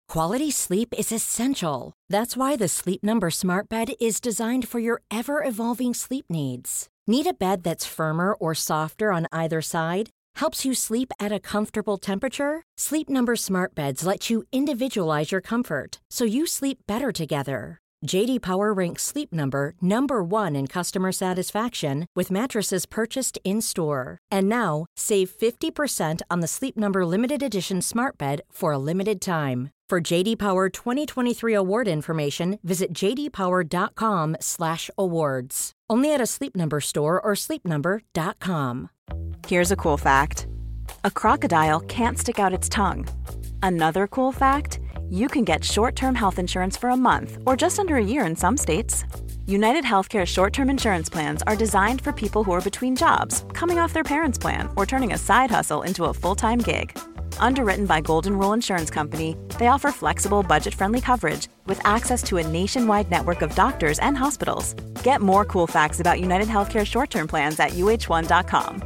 Quality sleep is essential. That's why the Sleep Number Smart Bed is designed for your ever-evolving sleep needs. Need a bed that's firmer or softer on either side? Helps you sleep at a comfortable temperature? Sleep Number Smart Beds let you individualize your comfort so you sleep better together. JD Power ranks Sleep Number number 1 in customer satisfaction with mattresses purchased in-store. And now, save 50% on the Sleep Number Limited Edition Smart Bed for a limited time. For JD Power 2023 award information, visit jdpower.com/awards. Only at a Sleep Number store or sleepnumber.com. Here's a cool fact. A crocodile can't stick out its tongue. Another cool fact, you can get short-term health insurance for a month or just under a year in some states. United Healthcare short-term insurance plans are designed for people who are between jobs, coming off their parents' plan, or turning a side hustle into a full-time gig. Underwritten by Golden Rule Insurance Company, they offer flexible, budget-friendly coverage with access to a nationwide network of doctors and hospitals. Get more cool facts about United Healthcare short-term plans at uh1.com.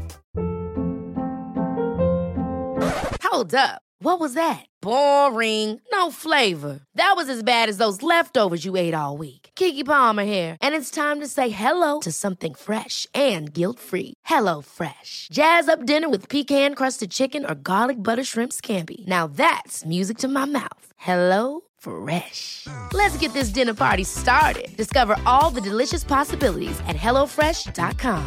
Hold up. What was that? Boring. No flavor. That was as bad as those leftovers you ate all week. Keke Palmer here, and it's time to say hello to something fresh and guilt-free. Hello Fresh. Jazz up dinner with pecan-crusted chicken or garlic butter shrimp scampi. Now that's music to my mouth. Hello Fresh. Let's get this dinner party started. Discover all the delicious possibilities at hellofresh.com.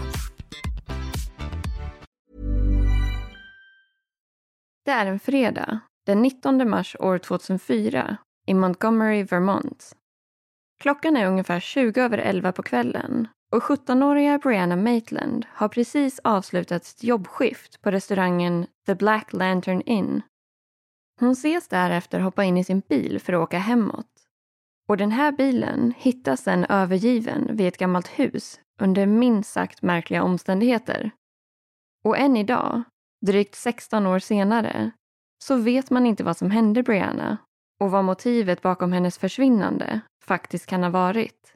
Det är en fredag, den 19 mars år 2004, i Montgomery, Vermont. Klockan är ungefär 20:11 på kvällen och 17-åriga Brianna Maitland har precis avslutat sitt jobbskift på restaurangen The Black Lantern Inn. Hon ses därefter hoppa in i sin bil för att åka hemåt. Och den här bilen hittas sen övergiven vid ett gammalt hus under minst sagt märkliga omständigheter. Och än idag, drygt 16 år senare, så vet man inte vad som hände Brianna och vad motivet bakom hennes försvinnande faktiskt kan ha varit.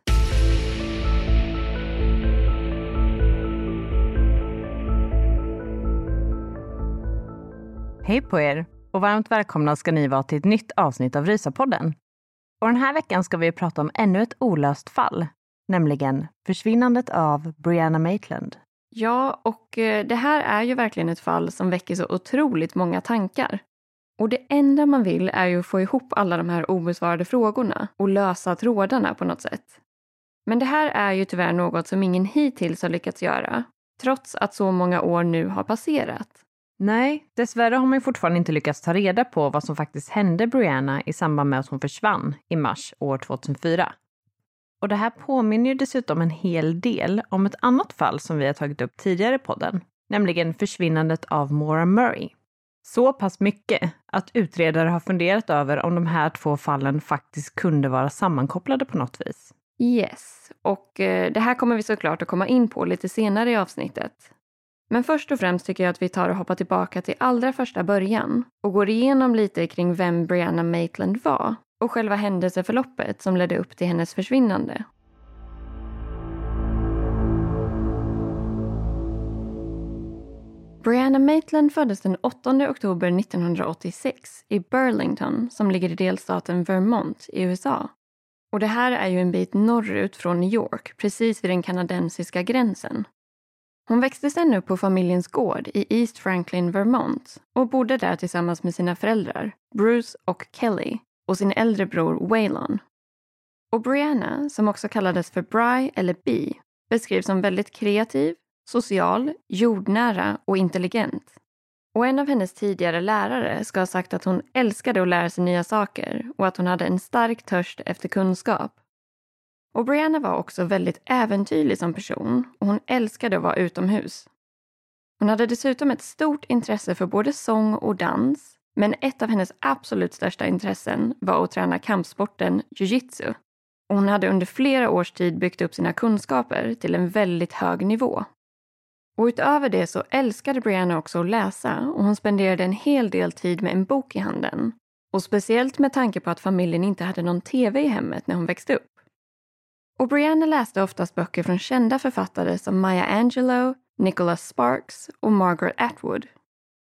Hej på er och varmt välkomna ska ni vara till ett nytt avsnitt av Rysapodden. Och den här veckan ska vi prata om ännu ett olöst fall, nämligen försvinnandet av Brianna Maitland. Ja, och det här är ju verkligen ett fall som väcker så otroligt många tankar. Och det enda man vill är ju att få ihop alla de här obesvarade frågorna och lösa trådarna på något sätt. Men det här är ju tyvärr något som ingen hittills har lyckats göra, trots att så många år nu har passerat. Nej, dessvärre har man ju fortfarande inte lyckats ta reda på vad som faktiskt hände Brianna i samband med att hon försvann i mars år 2004. Och det här påminner ju dessutom en hel del om ett annat fall som vi har tagit upp tidigare i podden, nämligen försvinnandet av Maura Murray. Så pass mycket att utredare har funderat över om de här två fallen faktiskt kunde vara sammankopplade på något vis. Yes, och det här kommer vi såklart att komma in på lite senare i avsnittet. Men först och främst tycker jag att vi tar och hoppar tillbaka till allra första början och går igenom lite kring vem Brianna Maitland var och själva händelseförloppet som ledde upp till hennes försvinnande. Brianna Maitland föddes den 8 oktober 1986 i Burlington som ligger i delstaten Vermont i USA. Och det här är ju en bit norrut från New York, precis vid den kanadensiska gränsen. Hon växte sedan upp på familjens gård i East Franklin, Vermont och bodde där tillsammans med sina föräldrar, Bruce och Kelly, och sin äldre bror Waylon. Och Brianna, som också kallades för Bri eller Bee, beskrivs som väldigt kreativ, social, jordnära och intelligent. Och en av hennes tidigare lärare ska ha sagt att hon älskade att lära sig nya saker och att hon hade en stark törst efter kunskap. Och Brianna var också väldigt äventyrlig som person och hon älskade att vara utomhus. Hon hade dessutom ett stort intresse för både sång och dans, men ett av hennes absolut största intressen var att träna kampsporten jiu-jitsu. Och hon hade under flera års tid byggt upp sina kunskaper till en väldigt hög nivå. Och utöver det så älskade Brianna också att läsa och hon spenderade en hel del tid med en bok i handen. Och speciellt med tanke på att familjen inte hade någon tv i hemmet när hon växte upp. Och Brianna läste oftast böcker från kända författare som Maya Angelou, Nicholas Sparks och Margaret Atwood.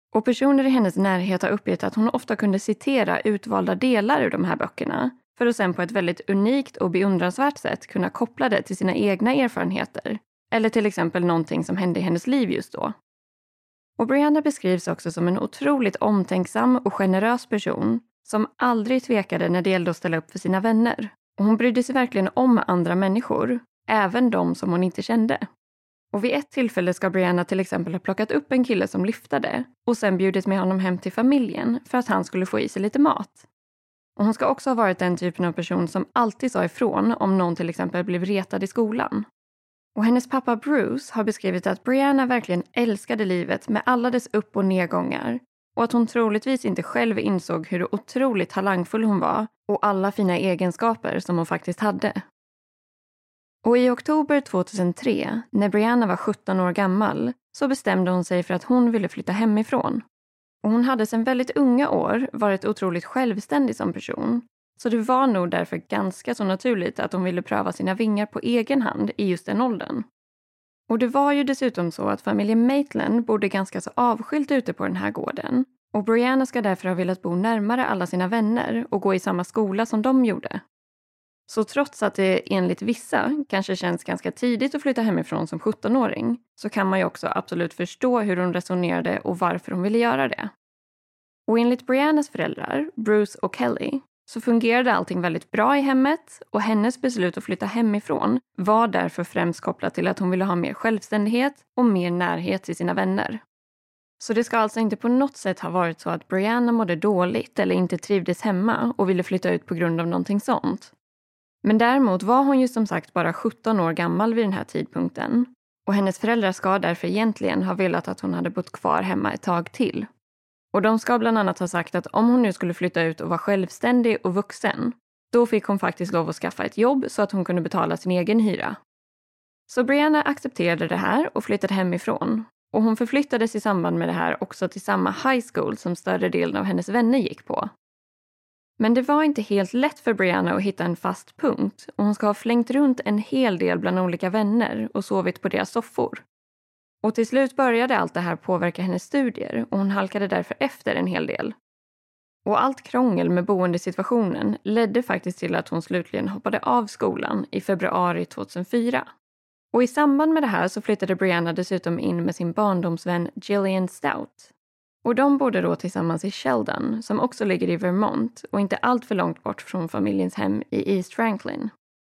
Och personer i hennes närhet har uppgett att hon ofta kunde citera utvalda delar ur de här böckerna för att sen på ett väldigt unikt och beundransvärt sätt kunna koppla det till sina egna erfarenheter eller till exempel någonting som hände i hennes liv just då. Och Brianna beskrivs också som en otroligt omtänksam och generös person som aldrig tvekade när det gällde att ställa upp för sina vänner. Och hon brydde sig verkligen om andra människor, även de som hon inte kände. Och vid ett tillfälle ska Brianna till exempel ha plockat upp en kille som lyftade och sen bjudit med honom hem till familjen för att han skulle få i sig lite mat. Och hon ska också ha varit den typen av person som alltid sa ifrån om någon till exempel blev retad i skolan. Och hennes pappa Bruce har beskrivit att Brianna verkligen älskade livet med alla dess upp- och nedgångar och att hon troligtvis inte själv insåg hur otroligt talangfull hon var och alla fina egenskaper som hon faktiskt hade. Och i oktober 2003, när Brianna var 17 år gammal, så bestämde hon sig för att hon ville flytta hemifrån. Och hon hade sedan väldigt unga år varit otroligt självständig som person. Så det var nog därför ganska så naturligt att hon ville pröva sina vingar på egen hand i just den åldern. Och det var ju dessutom så att familjen Maitland bodde ganska så avskilt ute på den här gården. Och Brianna ska därför ha velat bo närmare alla sina vänner och gå i samma skola som de gjorde. Så trots att det enligt vissa kanske känns ganska tidigt att flytta hemifrån som 17-åring så kan man ju också absolut förstå hur hon resonerade och varför hon ville göra det. Och enligt Briannas föräldrar, Bruce och Kelly, så fungerade allting väldigt bra i hemmet och hennes beslut att flytta hemifrån var därför främst kopplat till att hon ville ha mer självständighet och mer närhet till sina vänner. Så det ska alltså inte på något sätt ha varit så att Brianna mådde dåligt eller inte trivdes hemma och ville flytta ut på grund av någonting sånt. Men däremot var hon ju som sagt bara 17 år gammal vid den här tidpunkten och hennes föräldrar ska därför egentligen ha velat att hon hade bott kvar hemma ett tag till. Och de ska bland annat ha sagt att om hon nu skulle flytta ut och vara självständig och vuxen, då fick hon faktiskt lov att skaffa ett jobb så att hon kunde betala sin egen hyra. Så Brianna accepterade det här och flyttade hemifrån. Och hon förflyttades i samband med det här också till samma high school som större delen av hennes vänner gick på. Men det var inte helt lätt för Brianna att hitta en fast punkt och hon ska ha flängt runt en hel del bland olika vänner och sovit på deras soffor. Och till slut började allt det här påverka hennes studier och hon halkade därför efter en hel del. Och allt krångel med boendesituationen ledde faktiskt till att hon slutligen hoppade av skolan i februari 2004. Och i samband med det här så flyttade Brianna dessutom in med sin barndomsvän Gillian Stout. Och de bodde då tillsammans i Sheldon som också ligger i Vermont och inte allt för långt bort från familjens hem i East Franklin.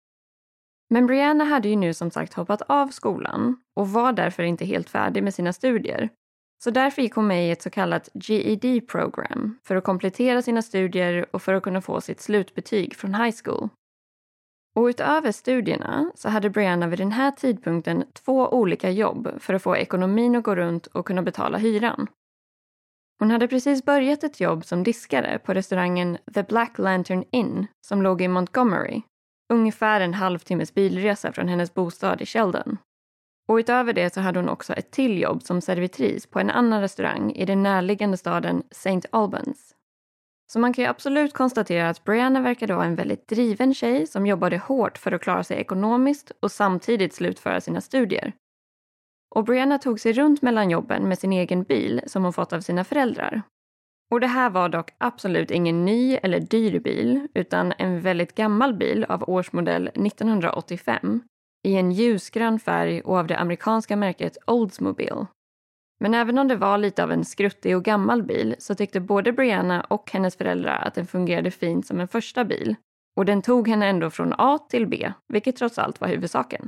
Men Brianna hade ju nu som sagt hoppat av skolan och var därför inte helt färdig med sina studier. Så därför gick hon med i ett så kallat GED-program för att komplettera sina studier och för att kunna få sitt slutbetyg från high school. Och utöver studierna så hade Brianna vid den här tidpunkten 2 olika jobb för att få ekonomin att gå runt och kunna betala hyran. Hon hade precis börjat ett jobb som diskare på restaurangen The Black Lantern Inn som låg i Montgomery. Ungefär en halvtimmes bilresa från hennes bostad i Sheldon. Och utöver det så hade hon också ett till jobb som servitris på en annan restaurang i den närliggande staden St. Albans. Så man kan ju absolut konstatera att Brianna verkade vara en väldigt driven tjej som jobbade hårt för att klara sig ekonomiskt och samtidigt slutföra sina studier. Och Brianna tog sig runt mellan jobben med sin egen bil som hon fått av sina föräldrar. Och det här var dock absolut ingen ny eller dyr bil utan en väldigt gammal bil av årsmodell 1985 i en ljusgrön färg och av det amerikanska märket Oldsmobile. Men även om det var lite av en skruttig och gammal bil så tyckte både Brianna och hennes föräldrar att den fungerade fint som en första bil. Och den tog henne ändå från A till B, vilket trots allt var huvudsaken.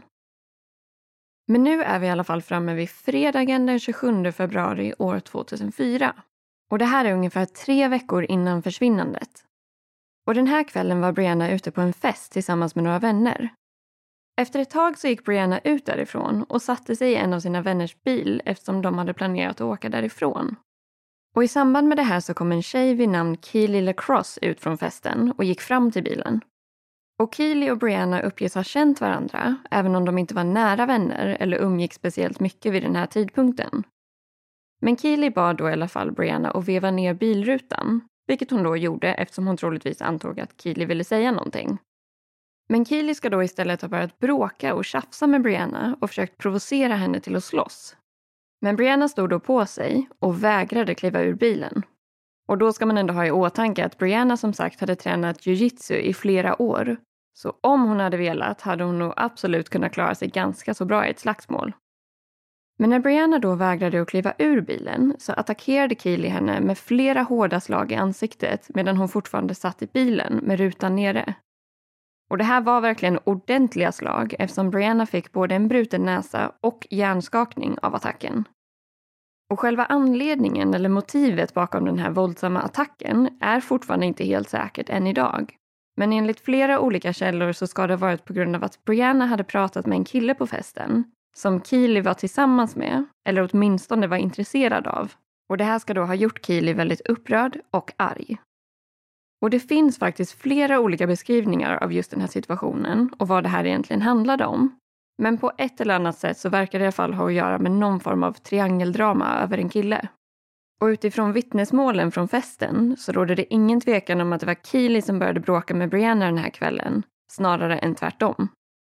Men nu är vi i alla fall framme vid fredagen den 27 februari år 2004. Och det här är ungefär 3 veckor innan försvinnandet. Och den här kvällen var Brianna ute på en fest tillsammans med några vänner. Efter ett tag så gick Brianna ut därifrån och satte sig i en av sina vänners bil eftersom de hade planerat att åka därifrån. Och i samband med det här så kom en tjej vid namn Keely LaCrosse ut från festen och gick fram till bilen. Och Keely och Brianna uppges ha känt varandra även om de inte var nära vänner eller umgick speciellt mycket vid den här tidpunkten. Men Keely bad då i alla fall Brianna att veva ner bilrutan, vilket hon då gjorde eftersom hon troligtvis antog att Keely ville säga någonting. Men Keely ska då istället ha börjat bråka och tjafsa med Brianna och försökt provocera henne till att slåss. Men Brianna stod då på sig och vägrade kliva ur bilen. Och då ska man ändå ha i åtanke att Brianna som sagt hade tränat jiu-jitsu i flera år. Så om hon hade velat hade hon nog absolut kunnat klara sig ganska så bra i ett slagsmål. Men när Brianna då vägrade att kliva ur bilen så attackerade Keely henne med flera hårda slag i ansiktet medan hon fortfarande satt i bilen med rutan nere. Och det här var verkligen ordentliga slag eftersom Brianna fick både en bruten näsa och hjärnskakning av attacken. Och själva anledningen eller motivet bakom den här våldsamma attacken är fortfarande inte helt säkert än idag. Men enligt flera olika källor så ska det ha varit på grund av att Brianna hade pratat med en kille på festen som Keely var tillsammans med, eller åtminstone var intresserad av. Och det här ska då ha gjort Keely väldigt upprörd och arg. Och det finns faktiskt flera olika beskrivningar av just den här situationen och vad det här egentligen handlade om. Men på ett eller annat sätt så verkar det i alla fall ha att göra med någon form av triangeldrama över en kille. Och utifrån vittnesmålen från festen så råder det ingen tvekan om att det var Keely som började bråka med Brianna den här kvällen, snarare än tvärtom.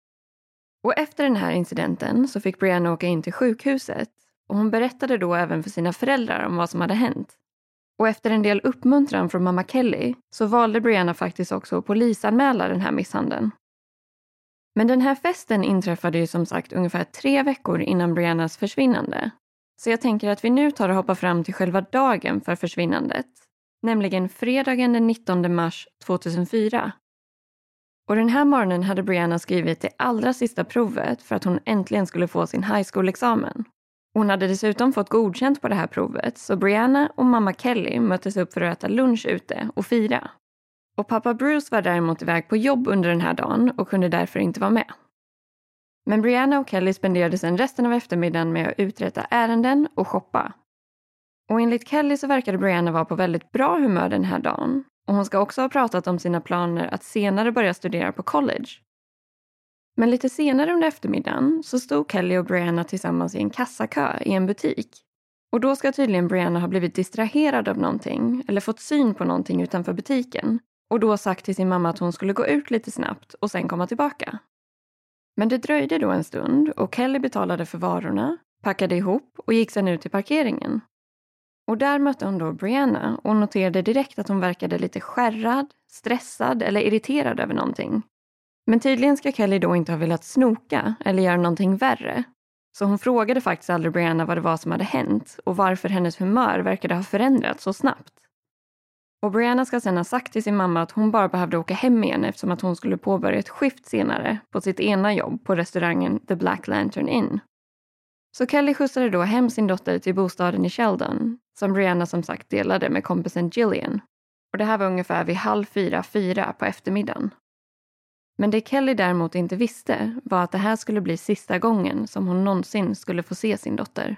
Och efter den här incidenten så fick Brianna åka in till sjukhuset och hon berättade då även för sina föräldrar om vad som hade hänt. Och efter en del uppmuntran från mamma Kelly så valde Brianna faktiskt också att polisanmäla den här misshandeln. Men den här festen inträffade ju som sagt ungefär 3 veckor innan Briannas försvinnande. Så jag tänker att vi nu tar och hoppar fram till själva dagen för försvinnandet. Nämligen fredagen den 19 mars 2004. Och den här morgonen hade Brianna skrivit det allra sista provet för att hon äntligen skulle få sin high school-examen. Hon hade dessutom fått godkänt på det här provet så Brianna och mamma Kelly möttes upp för att äta lunch ute och fira. Och pappa Bruce var däremot iväg på jobb under den här dagen och kunde därför inte vara med. Men Brianna och Kelly spenderade sedan resten av eftermiddagen med att uträtta ärenden och shoppa. Och enligt Kelly så verkade Brianna vara på väldigt bra humör den här dagen. Och hon ska också ha pratat om sina planer att senare börja studera på college. Men lite senare under eftermiddagen så stod Kelly och Brianna tillsammans i en kassakö i en butik. Och då ska tydligen Brianna ha blivit distraherad av någonting eller fått syn på någonting utanför butiken. Och då sagt till sin mamma att hon skulle gå ut lite snabbt och sen komma tillbaka. Men det dröjde då en stund och Kelly betalade för varorna, packade ihop och gick sedan ut till parkeringen. Och där mötte hon då Brianna och noterade direkt att hon verkade lite skärrad, stressad eller irriterad över någonting. Men tydligen ska Kelly då inte ha velat snoka eller göra någonting värre. Så hon frågade faktiskt aldrig Brianna vad det var som hade hänt och varför hennes humör verkade ha förändrats så snabbt. Och Brianna ska sedan ha sagt till sin mamma att hon bara behövde åka hem igen eftersom att hon skulle påbörja ett skift senare på sitt ena jobb på restaurangen The Black Lantern Inn. Så Kelly skjutsade då hem sin dotter till bostaden i Sheldon som Brianna som sagt delade med kompisen Jillian. Och det här var ungefär vid 3:30 på eftermiddagen. Men det Kelly däremot inte visste var att det här skulle bli sista gången som hon någonsin skulle få se sin dotter.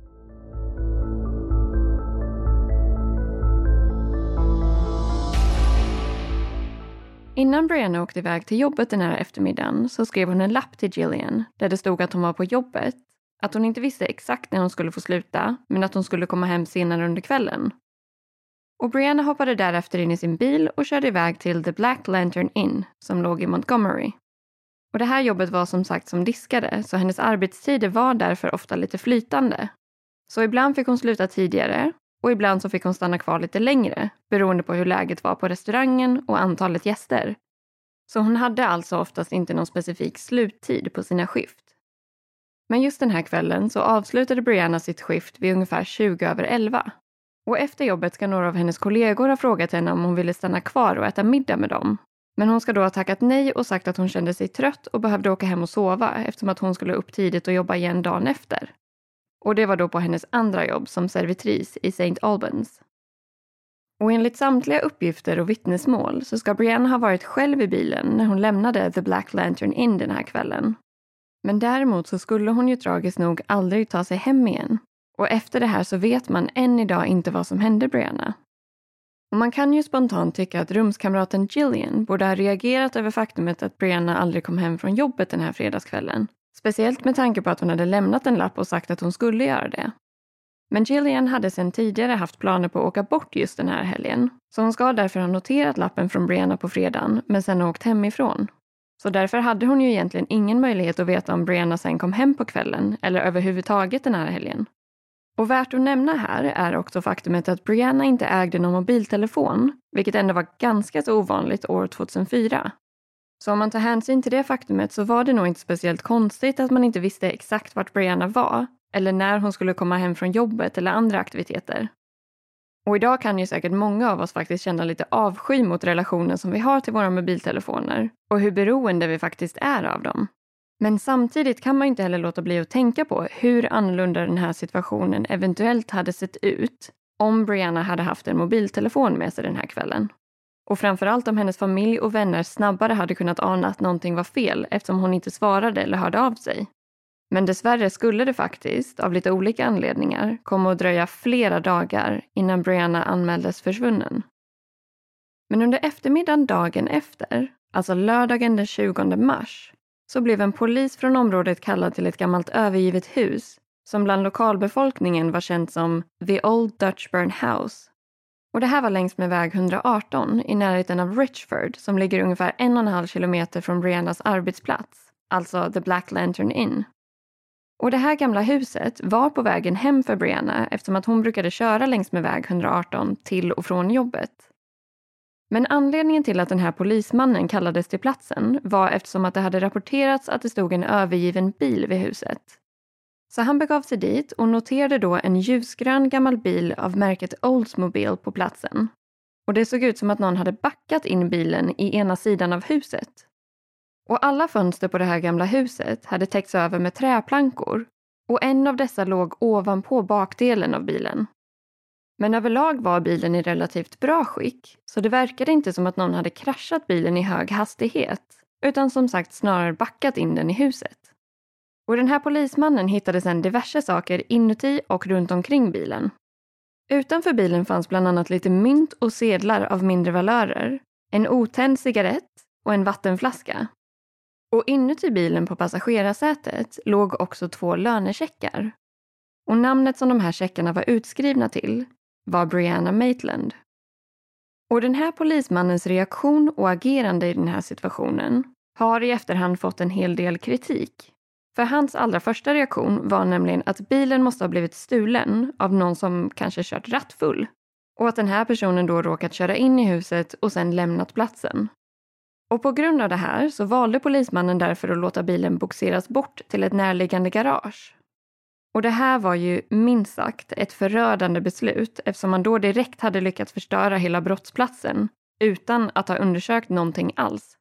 Innan Brianna åkte iväg till jobbet den här eftermiddagen så skrev hon en lapp till Jillian där det stod att hon var på jobbet, att hon inte visste exakt när hon skulle få sluta men att hon skulle komma hem senare under kvällen. Och Brianna hoppade därefter in i sin bil och körde iväg till The Black Lantern Inn som låg i Montgomery. Och det här jobbet var som sagt som diskare så hennes arbetstider var därför ofta lite flytande. Så ibland fick hon sluta tidigare och ibland så fick hon stanna kvar lite längre beroende på hur läget var på restaurangen och antalet gäster. Så hon hade alltså oftast inte någon specifik sluttid på sina skift. Men just den här kvällen så avslutade Brianna sitt skift vid ungefär 11:20. Och efter jobbet ska några av hennes kollegor ha frågat henne om hon ville stanna kvar och äta middag med dem. Men hon ska då ha tackat nej och sagt att hon kände sig trött och behövde åka hem och sova eftersom att hon skulle upp tidigt och jobba igen dagen efter. Och det var då på hennes andra jobb som servitris i St. Albans. Och enligt samtliga uppgifter och vittnesmål så ska Brianna ha varit själv i bilen när hon lämnade The Black Lantern Inn den här kvällen. Men däremot så skulle hon ju tragiskt nog aldrig ta sig hem igen. Och efter det här så vet man än idag inte vad som hände Brianna. Och man kan ju spontant tycka att rumskamraten Jillian borde ha reagerat över faktumet att Brianna aldrig kom hem från jobbet den här fredagskvällen. Speciellt med tanke på att hon hade lämnat en lapp och sagt att hon skulle göra det. Men Jillian hade sedan tidigare haft planer på att åka bort just den här helgen. Så hon ska därför ha noterat lappen från Brianna på fredagen men sen åkt hemifrån. Så därför hade hon ju egentligen ingen möjlighet att veta om Brianna sen kom hem på kvällen eller överhuvudtaget den här helgen. Och värt att nämna här är också faktumet att Brianna inte ägde någon mobiltelefon, vilket ändå var ganska så ovanligt år 2004. Så om man tar hänsyn till det faktumet så var det nog inte speciellt konstigt att man inte visste exakt vart Brianna var eller när hon skulle komma hem från jobbet eller andra aktiviteter. Och idag kan ju säkert många av oss faktiskt känna lite avsky mot relationen som vi har till våra mobiltelefoner och hur beroende vi faktiskt är av dem. Men samtidigt kan man inte heller låta bli att tänka på hur annorlunda den här situationen eventuellt hade sett ut om Brianna hade haft en mobiltelefon med sig den här kvällen. Och framförallt om hennes familj och vänner snabbare hade kunnat ana att någonting var fel eftersom hon inte svarade eller hörde av sig. Men dessvärre skulle det faktiskt, av lite olika anledningar, komma att dröja flera dagar innan Brianna anmäldes försvunnen. Men under eftermiddagen dagen efter, alltså lördagen den 20 mars, så blev en polis från området kallad till ett gammalt övergivet hus som bland lokalbefolkningen var känt som The Old Dutchburn House. Och det här var längs med väg 118 i närheten av Richford som ligger ungefär 1,5 kilometer från Briannas arbetsplats, alltså The Black Lantern Inn. Och det här gamla huset var på vägen hem för Brianna eftersom att hon brukade köra längs med väg 118 till och från jobbet. Men anledningen till att den här polismannen kallades till platsen var eftersom att det hade rapporterats att det stod en övergiven bil vid huset. Så han begav sig dit och noterade då en ljusgrön gammal bil av märket Oldsmobile på platsen. Och det såg ut som att någon hade backat in bilen i ena sidan av huset. Och alla fönster på det här gamla huset hade täckts över med träplankor och en av dessa låg ovanpå bakdelen av bilen. Men överlag var bilen i relativt bra skick så det verkade inte som att någon hade kraschat bilen i hög hastighet utan som sagt snarare backat in den i huset. Och den här polismannen hittade sedan diverse saker inuti och runt omkring bilen. Utanför bilen fanns bland annat lite mynt och sedlar av mindre valörer, en otänd cigarett och en vattenflaska. Och inuti bilen på passagerarsätet låg också 2 lönecheckar. Och namnet som de här checkarna var utskrivna till var Brianna Maitland. Och den här polismannens reaktion och agerande i den här situationen har i efterhand fått en hel del kritik. För hans allra första reaktion var nämligen att bilen måste ha blivit stulen av någon som kanske kört rattfull. Och att den här personen då råkat köra in i huset och sedan lämnat platsen. Och på grund av det här så valde polismannen därför att låta bilen boxeras bort till ett närliggande garage. Och det här var ju minst sagt ett förödande beslut eftersom man då direkt hade lyckats förstöra hela brottsplatsen utan att ha undersökt någonting alls.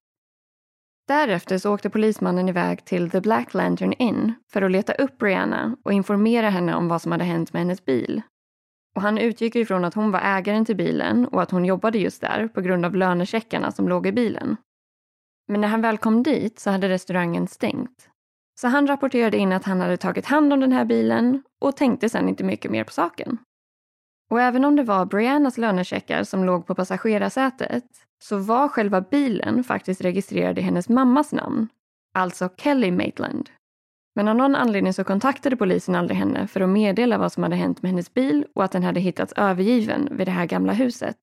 Därefter så åkte polismannen iväg till The Black Lantern Inn för att leta upp Brianna och informera henne om vad som hade hänt med hennes bil. Och han utgick ifrån att hon var ägaren till bilen och att hon jobbade just där på grund av lönecheckarna som låg i bilen. Men när han väl kom dit så hade restaurangen stängt. Så han rapporterade in att han hade tagit hand om den här bilen och tänkte sedan inte mycket mer på saken. Och även om det var Briannas lönecheckar som låg på passagerarsätet så var själva bilen faktiskt registrerad i hennes mammas namn, alltså Kelly Maitland. Men av någon anledning så kontaktade polisen aldrig henne för att meddela vad som hade hänt med hennes bil och att den hade hittats övergiven vid det här gamla huset.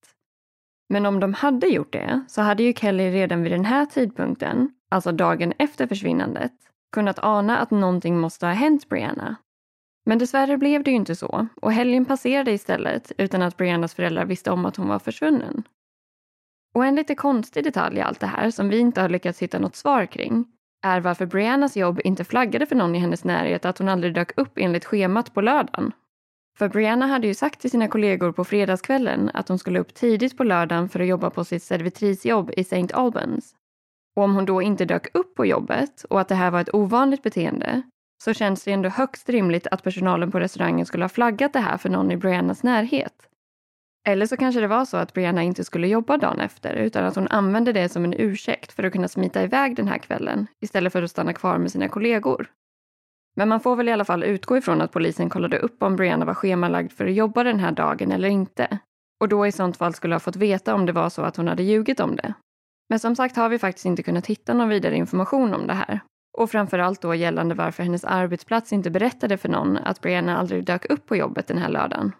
Men om de hade gjort det så hade ju Kelly redan vid den här tidpunkten, alltså dagen efter försvinnandet, kunnat ana att någonting måste ha hänt Brianna. Men dessvärre blev det ju inte så och helgen passerade istället utan att Briannas föräldrar visste om att hon var försvunnen. Och en lite konstig detalj i allt det här som vi inte har lyckats hitta något svar kring är varför Briannas jobb inte flaggade för någon i hennes närhet att hon aldrig dök upp enligt schemat på lördagen. För Brianna hade ju sagt till sina kollegor på fredagskvällen att hon skulle upp tidigt på lördagen för att jobba på sitt servitrisjobb i St. Albans. Och om hon då inte dök upp på jobbet och att det här var ett ovanligt beteende så känns det ändå högst rimligt att personalen på restaurangen skulle ha flaggat det här för någon i Briannas närhet. Eller så kanske det var så att Brianna inte skulle jobba dagen efter utan att hon använde det som en ursäkt för att kunna smita iväg den här kvällen istället för att stanna kvar med sina kollegor. Men man får väl i alla fall utgå ifrån att polisen kollade upp om Brianna var schemalagd för att jobba den här dagen eller inte. Och då i sånt fall skulle ha fått veta om det var så att hon hade ljugit om det. Men som sagt har vi faktiskt inte kunnat hitta någon vidare information om det här. Och framförallt då gällande varför hennes arbetsplats inte berättade för någon att Brianna aldrig dök upp på jobbet den här lördagen.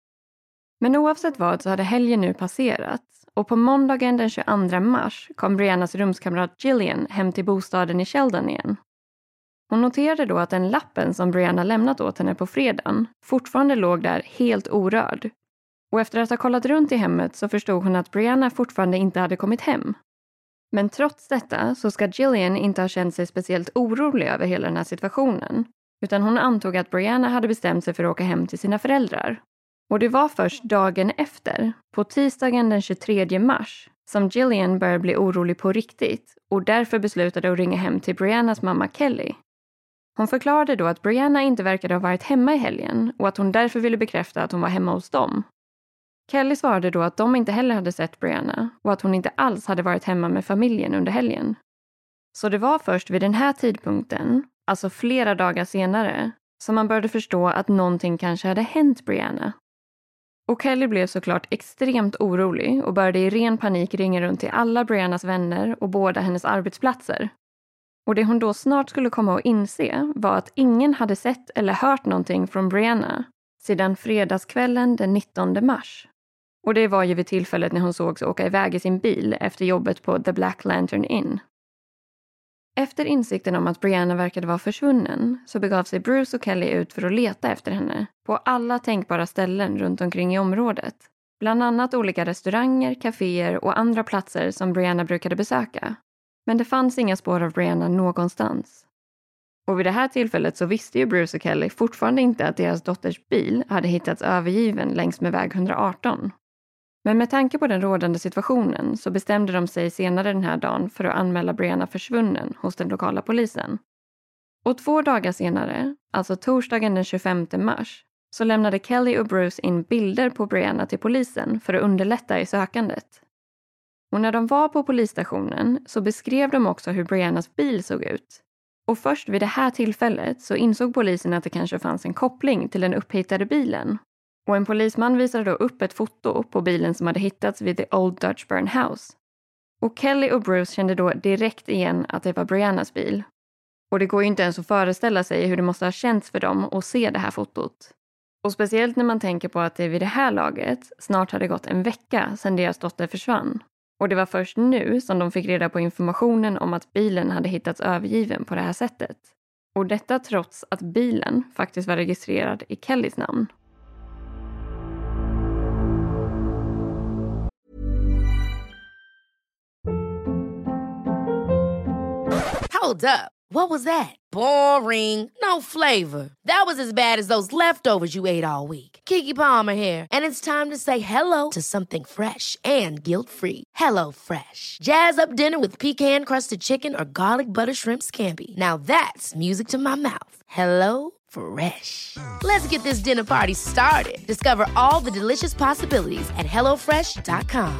Men oavsett vad så hade helgen nu passerat och på måndagen den 22 mars kom Briannas rumskamrat Gillian hem till bostaden i Sheldon igen. Hon noterade då att den lappen som Brianna lämnat åt henne på fredagen fortfarande låg där helt orörd. Och efter att ha kollat runt i hemmet så förstod hon att Brianna fortfarande inte hade kommit hem. Men trots detta så ska Gillian inte ha känt sig speciellt orolig över hela den här situationen. Utan hon antog att Brianna hade bestämt sig för att åka hem till sina föräldrar. Och det var först dagen efter, på tisdagen den 23 mars, som Gillian började bli orolig på riktigt och därför beslutade att ringa hem till Briannas mamma Kelly. Hon förklarade då att Brianna inte verkade ha varit hemma i helgen och att hon därför ville bekräfta att hon var hemma hos dem. Kelly svarade då att de inte heller hade sett Brianna och att hon inte alls hade varit hemma med familjen under helgen. Så det var först vid den här tidpunkten, alltså flera dagar senare, som man började förstå att någonting kanske hade hänt Brianna. Och Kelly blev såklart extremt orolig och började i ren panik ringa runt till alla Briannas vänner och båda hennes arbetsplatser. Och det hon då snart skulle komma att inse var att ingen hade sett eller hört någonting från Brianna sedan fredagskvällen den 19 mars. Och det var ju vid tillfället när hon sågs åka iväg i sin bil efter jobbet på The Black Lantern Inn. Efter insikten om att Brianna verkade vara försvunnen så begav sig Bruce och Kelly ut för att leta efter henne på alla tänkbara ställen runt omkring i området. Bland annat olika restauranger, kaféer och andra platser som Brianna brukade besöka. Men det fanns inga spår av Brianna någonstans. Och vid det här tillfället så visste ju Bruce och Kelly fortfarande inte att deras dotters bil hade hittats övergiven längs med väg 118. Men med tanke på den rådande situationen så bestämde de sig senare den här dagen för att anmäla Brianna försvunnen hos den lokala polisen. Och 2 dagar senare, alltså torsdagen den 25 mars, så lämnade Kelly och Bruce in bilder på Brianna till polisen för att underlätta i sökandet. Och när de var på polisstationen så beskrev de också hur Briannas bil såg ut. Och först vid det här tillfället så insåg polisen att det kanske fanns en koppling till den upphittade bilen. Och en polisman visade då upp ett foto på bilen som hade hittats vid The Old Dutch Burn House. Och Kelly och Bruce kände då direkt igen att det var Briannas bil. Och det går ju inte ens att föreställa sig hur det måste ha känts för dem att se det här fotot. Och speciellt när man tänker på att det vid det här laget snart hade gått en vecka sedan deras dotter försvann. Och det var först nu som de fick reda på informationen om att bilen hade hittats övergiven på det här sättet. Och detta trots att bilen faktiskt var registrerad i Kellys namn. Hold up. What was that? Boring. No flavor. That was as bad as those leftovers you ate all week. Keke Palmer here, and it's time to say hello to something fresh and guilt-free. Hello Fresh. Jazz up dinner with pecan-crusted chicken or garlic butter shrimp scampi. Now that's music to my mouth. Hello Fresh. Let's get this dinner party started. Discover all the delicious possibilities at hellofresh.com.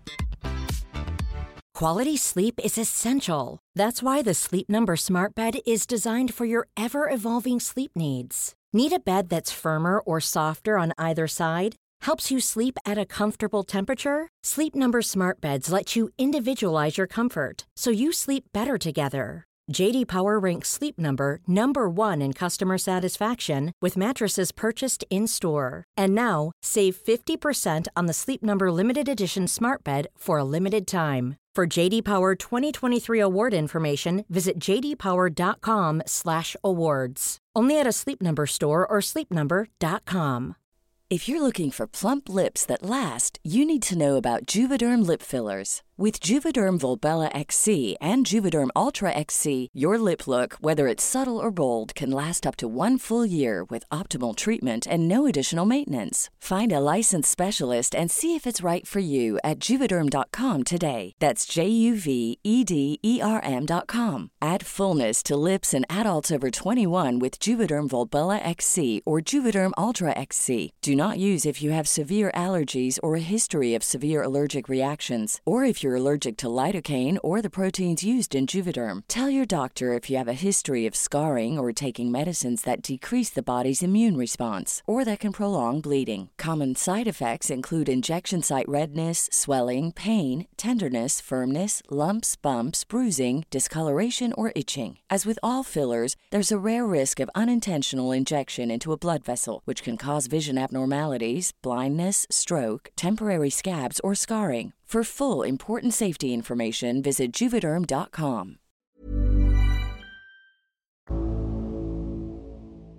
Quality sleep is essential. That's why the Sleep Number Smart Bed is designed for your ever-evolving sleep needs. Need a bed that's firmer or softer on either side? Helps you sleep at a comfortable temperature? Sleep Number Smart Beds let you individualize your comfort so you sleep better together. J.D. Power ranks Sleep Number #1 in customer satisfaction with mattresses purchased in-store. And now, save 50% on the Sleep Number Limited Edition Smart Bed for a limited time. For J.D. Power 2023 award information, visit jdpower.com/awards. Only at a Sleep Number store or sleepnumber.com. If you're looking for plump lips that last, you need to know about Juvederm lip fillers. With Juvederm Volbella XC and Juvederm Ultra XC, your lip look, whether it's subtle or bold, can last up to 1 full year with optimal treatment and no additional maintenance. Find a licensed specialist and see if it's right for you at Juvederm.com today. That's JUVEDERM.com. Add fullness to lips in adults over 21 with Juvederm Volbella XC or Juvederm Ultra XC. Do not use if you have severe allergies or a history of severe allergic reactions, or if you're allergic to lidocaine or the proteins used in Juvederm. Tell your doctor if you have a history of scarring or taking medicines that decrease the body's immune response or that can prolong bleeding. Common side effects include injection site redness, swelling, pain, tenderness, firmness, lumps, bumps, bruising, discoloration, or itching. As with all fillers, there's a rare risk of unintentional injection into a blood vessel, which can cause vision abnormalities, blindness, stroke, temporary scabs, or scarring. For full, important safety information, visit Juvederm.com.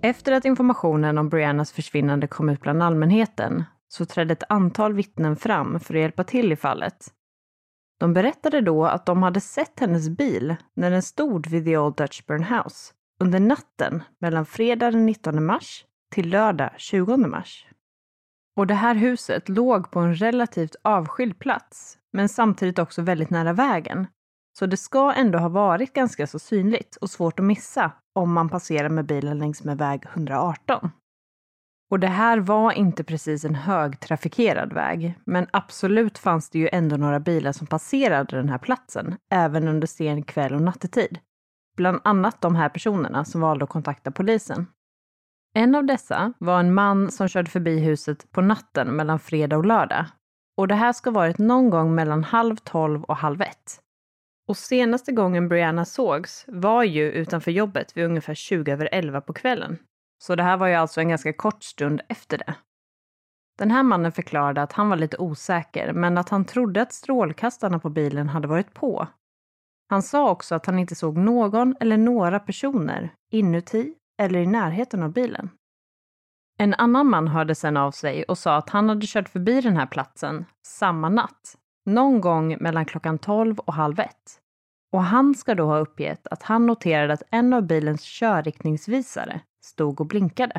Efter att informationen om Briannas försvinnande kom ut bland allmänheten så trädde ett antal vittnen fram för att hjälpa till i fallet. De berättade då att de hade sett hennes bil när den stod vid The Old Dutchburn House under natten mellan fredag den 19 mars till lördag 20 mars. Och det här huset låg på en relativt avskild plats, men samtidigt också väldigt nära vägen. Så det ska ändå ha varit ganska så synligt och svårt att missa om man passerar med bilen längs med väg 118. Och det här var inte precis en högtrafikerad väg, men absolut fanns det ju ändå några bilar som passerade den här platsen, även under sen kväll och nattetid. Bland annat de här personerna som valde att kontakta polisen. En av dessa var en man som körde förbi huset på natten mellan fredag och lördag. Och det här ska ha varit någon gång mellan 11:30 och 12:30. Och senaste gången Brianna sågs var ju utanför jobbet vid ungefär 11:20 på kvällen. Så det här var ju alltså en ganska kort stund efter det. Den här mannen förklarade att han var lite osäker, men att han trodde att strålkastarna på bilen hade varit på. Han sa också att han inte såg någon eller några personer inuti eller i närheten av bilen. En annan man hörde sen av sig och sa att han hade kört förbi den här platsen samma natt, någon gång mellan klockan 12 och 12:30. Och han ska då ha uppgett att han noterade att en av bilens körriktningsvisare stod och blinkade.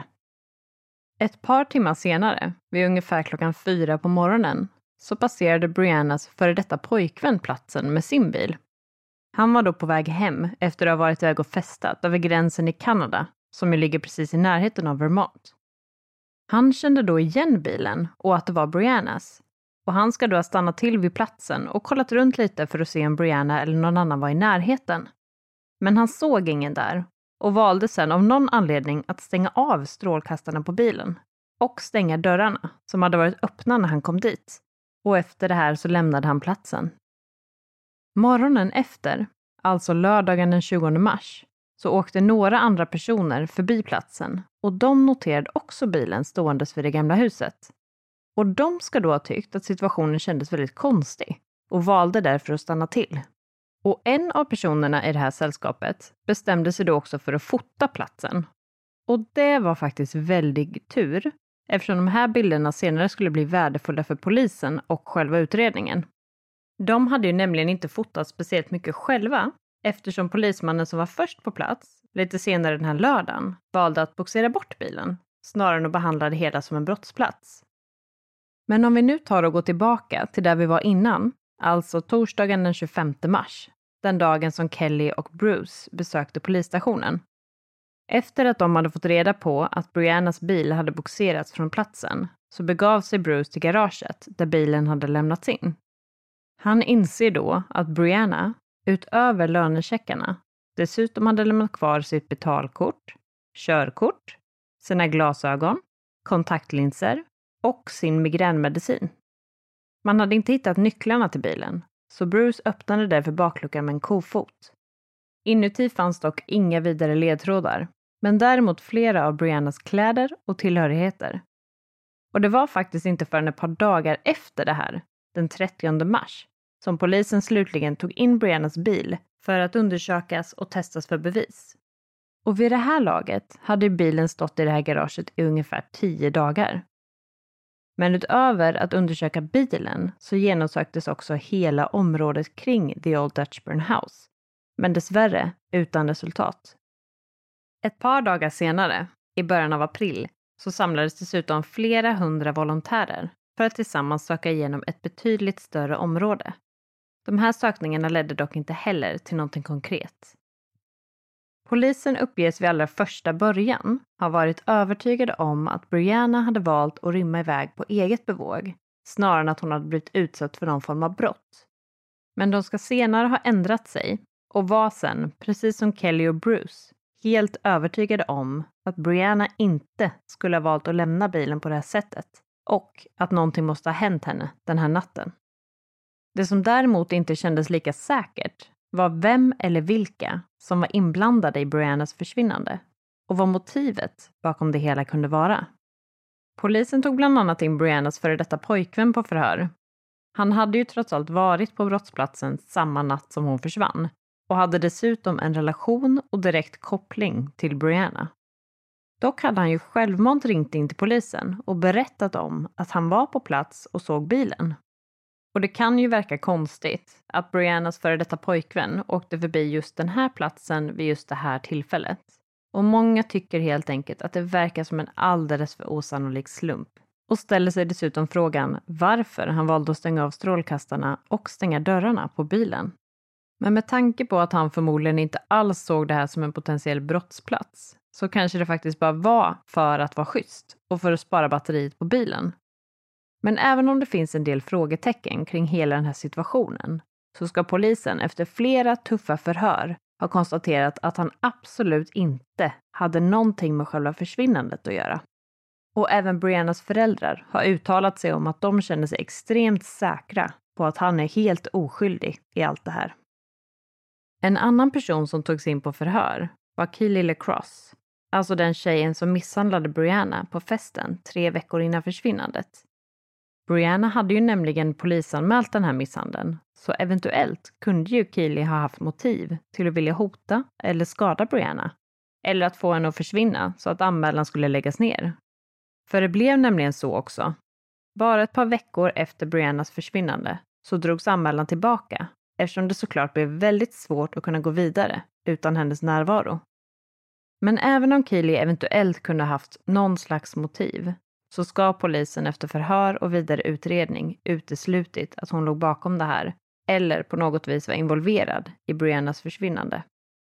Ett par timmar senare, vid ungefär klockan 4 på morgonen, så passerade Briannas före detta pojkvän platsen med sin bil. Han var då på väg hem efter att ha varit iväg och festat över gränsen i Kanada, som ju ligger precis i närheten av Vermont. Han kände då igen bilen och att det var Briannas. Och han ska då ha stannat till vid platsen och kollat runt lite för att se om Brianna eller någon annan var i närheten. Men han såg ingen där och valde sen av någon anledning att stänga av strålkastarna på bilen och stänga dörrarna som hade varit öppna när han kom dit. Och efter det här så lämnade han platsen. Morgonen efter, alltså lördagen den 20 mars, så åkte några andra personer förbi platsen och de noterade också bilen ståendes vid det gamla huset. Och de ska då ha tyckt att situationen kändes väldigt konstig och valde därför att stanna till. Och en av personerna i det här sällskapet bestämde sig då också för att fota platsen. Och det var faktiskt väldigt tur eftersom de här bilderna senare skulle bli värdefulla för polisen och själva utredningen. De hade ju nämligen inte fotat speciellt mycket själva eftersom polismannen som var först på plats lite senare den här lördagen valde att bogsera bort bilen snarare än att behandla det hela som en brottsplats. Men om vi nu tar och går tillbaka till där vi var innan, alltså torsdagen den 25 mars, den dagen som Kelly och Bruce besökte polisstationen. Efter att de hade fått reda på att Briannas bil hade bogserats från platsen så begav sig Bruce till garaget där bilen hade lämnats in. Han inser då att Brianna, utöver lönecheckarna, dessutom hade lämnat kvar sitt betalkort, körkort, sina glasögon, kontaktlinser och sin migränmedicin. Man hade inte hittat nycklarna till bilen, så Bruce öppnade därför bakluckan med en kofot. Inuti fanns dock inga vidare ledtrådar, men däremot flera av Briannas kläder och tillhörigheter. Och det var faktiskt inte förrän ett par dagar efter det här, den 30 mars, som polisen slutligen tog in Briannas bil för att undersökas och testas för bevis. Och vid det här laget hade bilen stått i det här garaget i ungefär 10 dagar. Men utöver att undersöka bilen så genomsöktes också hela området kring The Old Dutchburn House. Men dessvärre utan resultat. Ett par dagar senare, i början av april, så samlades dessutom flera 100 volontärer för att tillsammans söka igenom ett betydligt större område. De här sökningarna ledde dock inte heller till någonting konkret. Polisen uppges vid allra första början ha varit övertygade om att Brianna hade valt att rymma iväg på eget bevåg, snarare än att hon hade blivit utsatt för någon form av brott. Men de ska senare ha ändrat sig och var sen, precis som Kelly och Bruce, helt övertygade om att Brianna inte skulle ha valt att lämna bilen på det här sättet och att någonting måste ha hänt henne den här natten. Det som däremot inte kändes lika säkert var vem eller vilka som var inblandade i Briannas försvinnande och vad motivet bakom det hela kunde vara. Polisen tog bland annat in Briannas före detta pojkvän på förhör. Han hade ju trots allt varit på brottsplatsen samma natt som hon försvann och hade dessutom en relation och direkt koppling till Brianna. Dock hade han ju självmant ringt in till polisen och berättat om att han var på plats och såg bilen. Och det kan ju verka konstigt att Briannas före detta pojkvän åkte förbi just den här platsen vid just det här tillfället. Och många tycker helt enkelt att det verkar som en alldeles för osannolik slump. Och ställer sig dessutom frågan varför han valde att stänga av strålkastarna och stänga dörrarna på bilen. Men med tanke på att han förmodligen inte alls såg det här som en potentiell brottsplats så kanske det faktiskt bara var för att vara schysst och för att spara batteriet på bilen. Men även om det finns en del frågetecken kring hela den här situationen så ska polisen efter flera tuffa förhör ha konstaterat att han absolut inte hade någonting med själva försvinnandet att göra. Och även Briannas föräldrar har uttalat sig om att de känner sig extremt säkra på att han är helt oskyldig i allt det här. En annan person som togs in på förhör var Keely LaCrosse, alltså den tjejen som misshandlade Brianna på festen 3 veckor innan försvinnandet. Brianna hade ju nämligen polisanmält den här misshandeln, så eventuellt kunde ju Keely ha haft motiv till att vilja hota eller skada Brianna, eller att få henne att försvinna så att anmälan skulle läggas ner. För det blev nämligen så också. Bara ett par veckor efter Briannas försvinnande så drogs anmälan tillbaka eftersom det såklart blev väldigt svårt att kunna gå vidare utan hennes närvaro. Men även om Keely eventuellt kunde ha haft någon slags motiv så ska polisen efter förhör och vidare utredning uteslutit att hon låg bakom det här eller på något vis var involverad i Briannas försvinnande.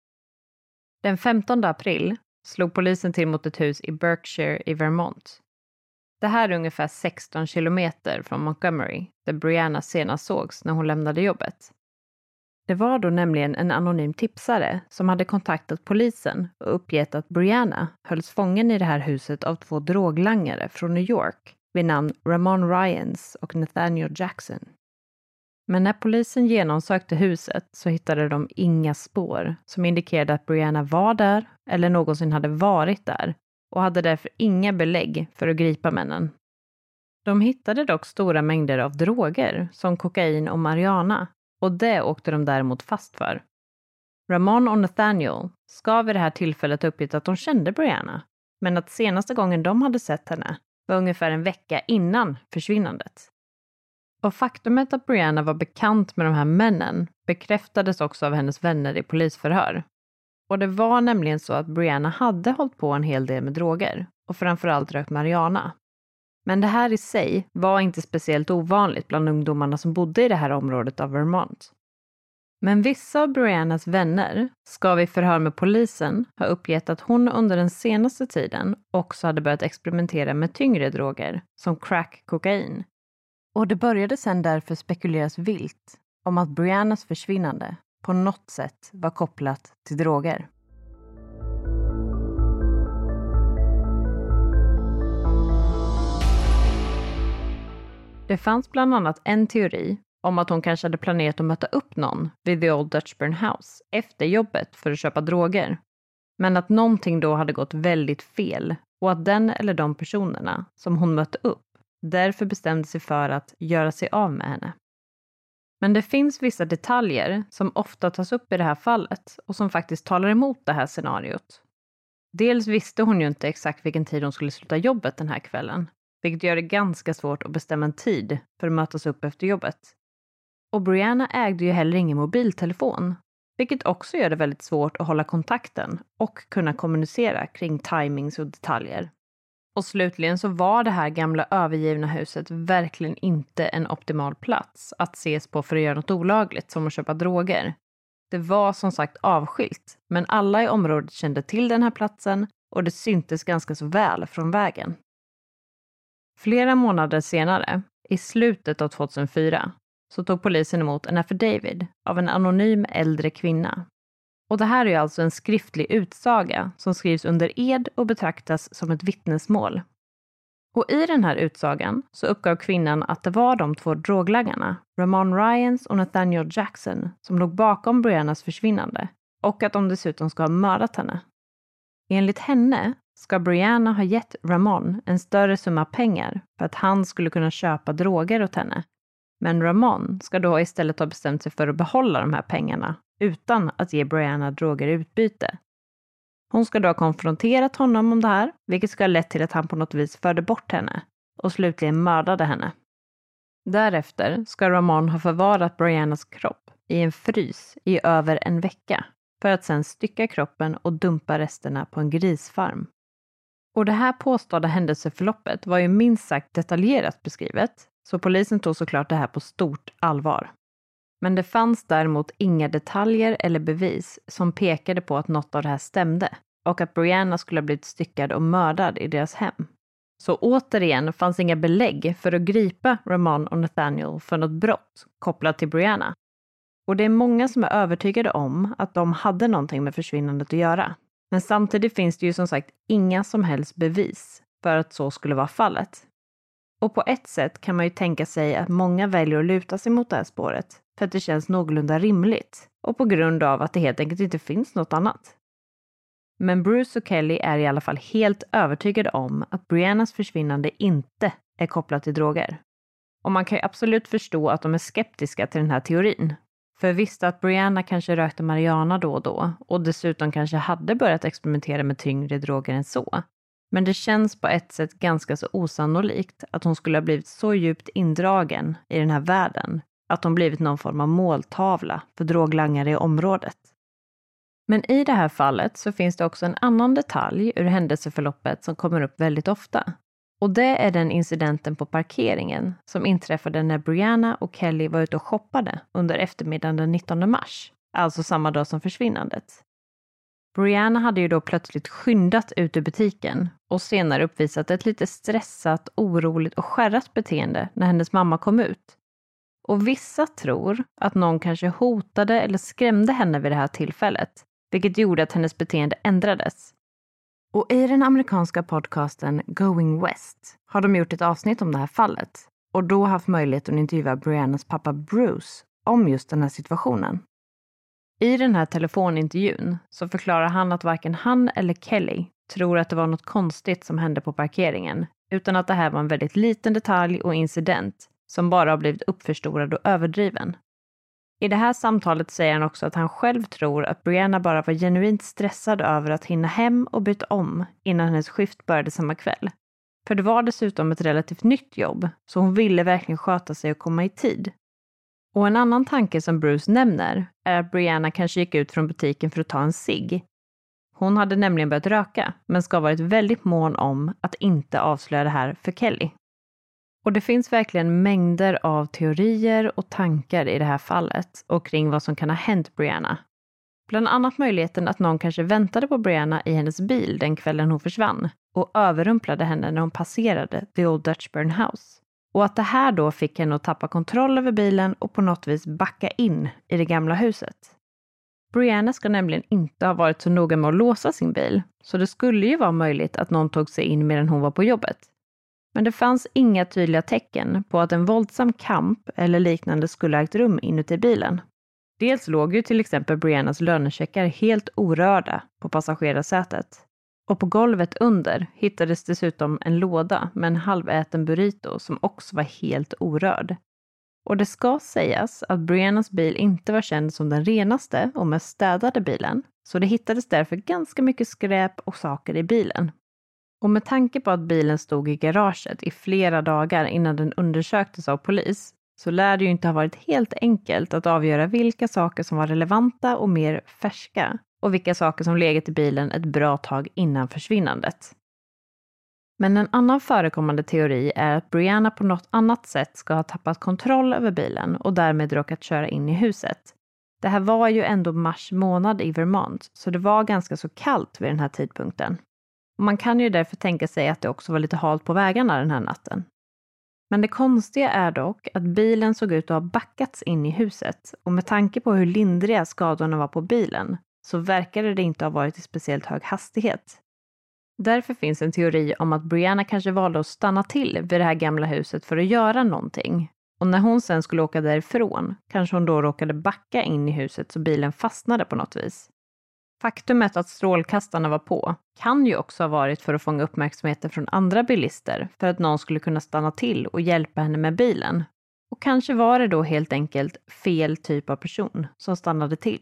Den 15 april slog polisen till mot ett hus i Berkshire i Vermont. Det här är ungefär 16 kilometer från Montgomery där Brianna senast sågs när hon lämnade jobbet. Det var då nämligen en anonym tipsare som hade kontaktat polisen och uppgett att Brianna hölls fången i det här huset av 2 droglangare från New York vid namn Ramon Ryans och Nathaniel Jackson. Men när polisen genomsökte huset så hittade de inga spår som indikerade att Brianna var där eller någonsin hade varit där och hade därför inga belägg för att gripa männen. De hittade dock stora mängder av droger som kokain och marijuana och det åkte de däremot fast för. Ramon och Nathaniel ska vid det här tillfället uppgett att de kände Brianna, men att senaste gången de hade sett henne var ungefär en vecka innan försvinnandet. Och faktumet att Brianna var bekant med de här männen bekräftades också av hennes vänner i polisförhör. Och det var nämligen så att Brianna hade hållit på en hel del med droger och framförallt rökt marijuana. Men det här i sig var inte speciellt ovanligt bland ungdomarna som bodde i det här området av Vermont. Men vissa av Briannas vänner ska vid förhör med polisen ha uppgett att hon under den senaste tiden också hade börjat experimentera med tyngre droger som crack-kokain. Och det började sedan därför spekuleras vilt om att Briannas försvinnande på något sätt var kopplat till droger. Det fanns bland annat en teori om att hon kanske hade planerat att möta upp någon vid The Old Dutchburn House efter jobbet för att köpa droger. Men att någonting då hade gått väldigt fel och att den eller de personerna som hon mötte upp därför bestämde sig för att göra sig av med henne. Men det finns vissa detaljer som ofta tas upp i det här fallet och som faktiskt talar emot det här scenariot. Dels visste hon ju inte exakt vilken tid hon skulle sluta jobbet den här kvällen, vilket gör det ganska svårt att bestämma en tid för att mötas upp efter jobbet. Och Brianna ägde ju heller ingen mobiltelefon, vilket också gör det väldigt svårt att hålla kontakten och kunna kommunicera kring timings och detaljer. Och slutligen så var det här gamla övergivna huset verkligen inte en optimal plats att ses på för att göra något olagligt som att köpa droger. Det var som sagt avskilt, men alla i området kände till den här platsen och det syntes ganska så väl från vägen. Flera månader senare, i slutet av 2004, så tog polisen emot en affidavit av en anonym äldre kvinna. Och det här är ju alltså en skriftlig utsaga som skrivs under ed och betraktas som ett vittnesmål. Och i den här utsagan så uppgav kvinnan att det var de 2 droglangarna, Ramon Ryans och Nathaniel Jackson, som låg bakom Briannas försvinnande och att de dessutom ska ha mördat henne. Enligt henne ska Brianna ha gett Ramon en större summa pengar för att han skulle kunna köpa droger åt henne. Men Ramon ska då istället ha bestämt sig för att behålla de här pengarna utan att ge Brianna droger i utbyte. Hon ska då ha konfronterat honom om det här, vilket ska ha lett till att han på något vis förde bort henne och slutligen mördade henne. Därefter ska Ramon ha förvarat Briannas kropp i en frys i över en vecka för att sedan stycka kroppen och dumpa resterna på en grisfarm. Och det här påstådda händelseförloppet var ju minst sagt detaljerat beskrivet, så polisen tog såklart det här på stort allvar. Men det fanns däremot inga detaljer eller bevis som pekade på att något av det här stämde och att Brianna skulle ha blivit styckad och mördad i deras hem. Så återigen fanns inga belägg för att gripa Ramon och Nathaniel för något brott kopplat till Brianna. Och det är många som är övertygade om att de hade någonting med försvinnandet att göra. Men samtidigt finns det ju som sagt inga som helst bevis för att så skulle vara fallet. Och på ett sätt kan man ju tänka sig att många väljer att luta sig mot det här spåret för att det känns någorlunda rimligt och på grund av att det helt enkelt inte finns något annat. Men Bruce och Kelly är i alla fall helt övertygade om att Briannas försvinnande inte är kopplat till droger. Och man kan ju absolut förstå att de är skeptiska till den här teorin. För visst att Brianna kanske rökte marijuana då och då och dessutom kanske hade börjat experimentera med tyngre droger än så. Men det känns på ett sätt ganska så osannolikt att hon skulle ha blivit så djupt indragen i den här världen att hon blivit någon form av måltavla för droglangare i området. Men i det här fallet så finns det också en annan detalj ur händelseförloppet som kommer upp väldigt ofta. Och det är den incidenten på parkeringen som inträffade när Brianna och Kelly var ute och shoppade under eftermiddagen den 19 mars, alltså samma dag som försvinnandet. Brianna hade ju då plötsligt skyndat ut ur butiken och senare uppvisat ett lite stressat, oroligt och skärrat beteende när hennes mamma kom ut. Och vissa tror att någon kanske hotade eller skrämde henne vid det här tillfället, vilket gjorde att hennes beteende ändrades. Och i den amerikanska podcasten Going West har de gjort ett avsnitt om det här fallet och då haft möjlighet att intervjua Briannas pappa Bruce om just den här situationen. I den här telefonintervjun så förklarar han att varken han eller Kelly tror att det var något konstigt som hände på parkeringen, utan att det här var en väldigt liten detalj och incident som bara har blivit uppförstorad och överdriven. I det här samtalet säger han också att han själv tror att Brianna bara var genuint stressad över att hinna hem och byta om innan hennes skift började samma kväll. För det var dessutom ett relativt nytt jobb, så hon ville verkligen sköta sig och komma i tid. Och en annan tanke som Bruce nämner är att Brianna kanske gick ut från butiken för att ta en cigg. Hon hade nämligen börjat röka, men ska ha varit väldigt mån om att inte avslöja det här för Kelly. Och det finns verkligen mängder av teorier och tankar i det här fallet och kring vad som kan ha hänt Brianna. Bland annat möjligheten att någon kanske väntade på Brianna i hennes bil den kvällen hon försvann och överrumplade henne när hon passerade The Old Dutchburn House. Och att det här då fick henne att tappa kontroll över bilen och på något vis backa in i det gamla huset. Brianna ska nämligen inte ha varit så noga med att låsa sin bil, så det skulle ju vara möjligt att någon tog sig in medan hon var på jobbet. Men det fanns inga tydliga tecken på att en våldsam kamp eller liknande skulle ha ägt rum inuti bilen. Dels låg ju till exempel Briannas lönecheckar helt orörda på passagerarsätet. Och på golvet under hittades dessutom en låda med en halväten burrito som också var helt orörd. Och det ska sägas att Briannas bil inte var känd som den renaste och mest städade bilen, så det hittades därför ganska mycket skräp och saker i bilen. Och med tanke på att bilen stod i garaget i flera dagar innan den undersöktes av polis, så lär det ju inte ha varit helt enkelt att avgöra vilka saker som var relevanta och mer färska och vilka saker som legat i bilen ett bra tag innan försvinnandet. Men en annan förekommande teori är att Brianna på något annat sätt ska ha tappat kontroll över bilen och därmed råkat köra in i huset. Det här var ju ändå mars månad i Vermont, så det var ganska så kallt vid den här tidpunkten. Och man kan ju därför tänka sig att det också var lite halt på vägarna den här natten. Men det konstiga är dock att bilen såg ut att ha backats in i huset och med tanke på hur lindriga skadorna var på bilen så verkade det inte ha varit i speciellt hög hastighet. Därför finns en teori om att Brianna kanske valde att stanna till vid det här gamla huset för att göra någonting. Och när hon sen skulle åka därifrån kanske hon då råkade backa in i huset så bilen fastnade på något vis. Faktumet att strålkastarna var på kan ju också ha varit för att fånga uppmärksamheten från andra bilister för att någon skulle kunna stanna till och hjälpa henne med bilen. Och kanske var det då helt enkelt fel typ av person som stannade till.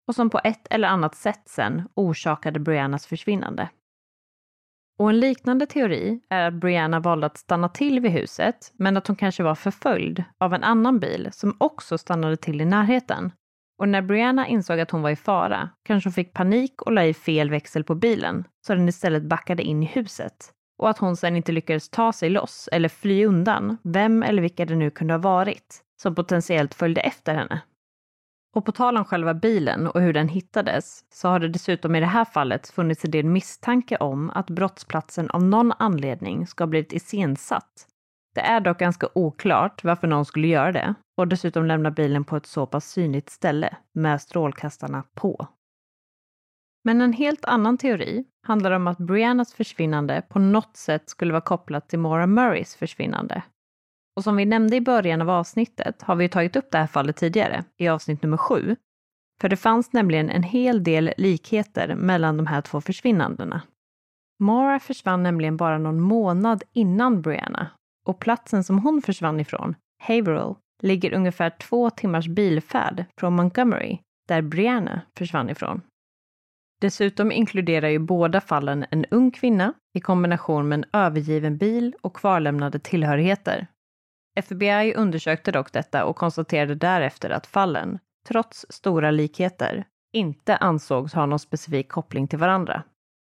och som på ett eller annat sätt sen orsakade Briannas försvinnande. Och en liknande teori är att Brianna valde att stanna till vid huset, men att hon kanske var förföljd av en annan bil som också stannade till i närheten. Och när Brianna insåg att hon var i fara kanske hon fick panik och la i fel växel på bilen så den istället backade in i huset. Och att hon sedan inte lyckades ta sig loss eller fly undan vem eller vilka det nu kunde ha varit som potentiellt följde efter henne. Och på tal om själva bilen och hur den hittades så har det dessutom i det här fallet funnits en del misstanke om att brottsplatsen av någon anledning ska ha blivit iscensatt. Det är dock ganska oklart varför någon skulle göra det och dessutom lämna bilen på ett så pass synligt ställe med strålkastarna på. Men en helt annan teori handlar om att Briannas försvinnande på något sätt skulle vara kopplat till Maura Murrays försvinnande. Och som vi nämnde i början av avsnittet har vi tagit upp det här fallet tidigare i avsnitt nummer 7. För det fanns nämligen en hel del likheter mellan de här två försvinnandena. Maura försvann nämligen bara någon månad innan Brianna och platsen som hon försvann ifrån, Haverhill, ligger ungefär 2 timmars bilfärd från Montgomery där Brianna försvann ifrån. Dessutom inkluderar ju båda fallen en ung kvinna i kombination med en övergiven bil och kvarlämnade tillhörigheter. FBI undersökte dock detta och konstaterade därefter att fallen, trots stora likheter, inte ansågs ha någon specifik koppling till varandra.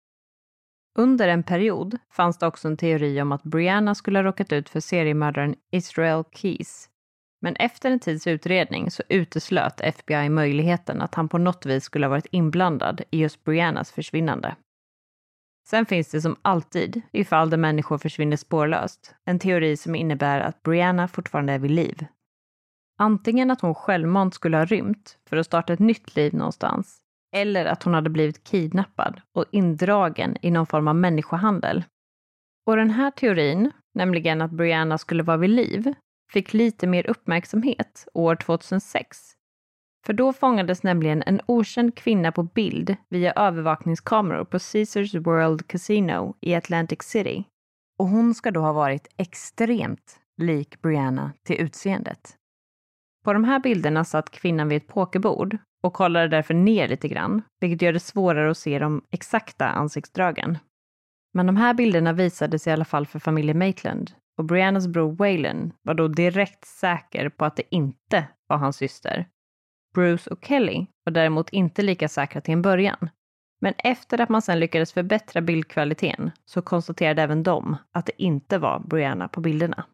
Under en period fanns det också en teori om att Brianna skulle ha råkat ut för seriemördaren Israel Keyes. Men efter en tids utredning så uteslöt FBI möjligheten att han på något vis skulle ha varit inblandad i just Briannas försvinnande. Sen finns det som alltid, i fall där människor försvinner spårlöst, en teori som innebär att Brianna fortfarande är vid liv. Antingen att hon självmant skulle ha rymt för att starta ett nytt liv någonstans, eller att hon hade blivit kidnappad och indragen i någon form av människohandel. Och den här teorin, nämligen att Brianna skulle vara vid liv, fick lite mer uppmärksamhet år 2006. För då fångades nämligen en okänd kvinna på bild via övervakningskameror på Caesars World Casino i Atlantic City. Och hon ska då ha varit extremt lik Brianna till utseendet. På de här bilderna satt kvinnan vid ett pokerbord och kollade därför ner lite grann, vilket gör det svårare att se de exakta ansiktsdragen. Men de här bilderna visades i alla fall för familjen Maitland och Briannas bror Waylon var då direkt säker på att det inte var hans syster. Bruce och Kelly var däremot inte lika säkra till en början. Men efter att man sedan lyckades förbättra bildkvaliteten så konstaterade även de att det inte var Brianna på bilderna.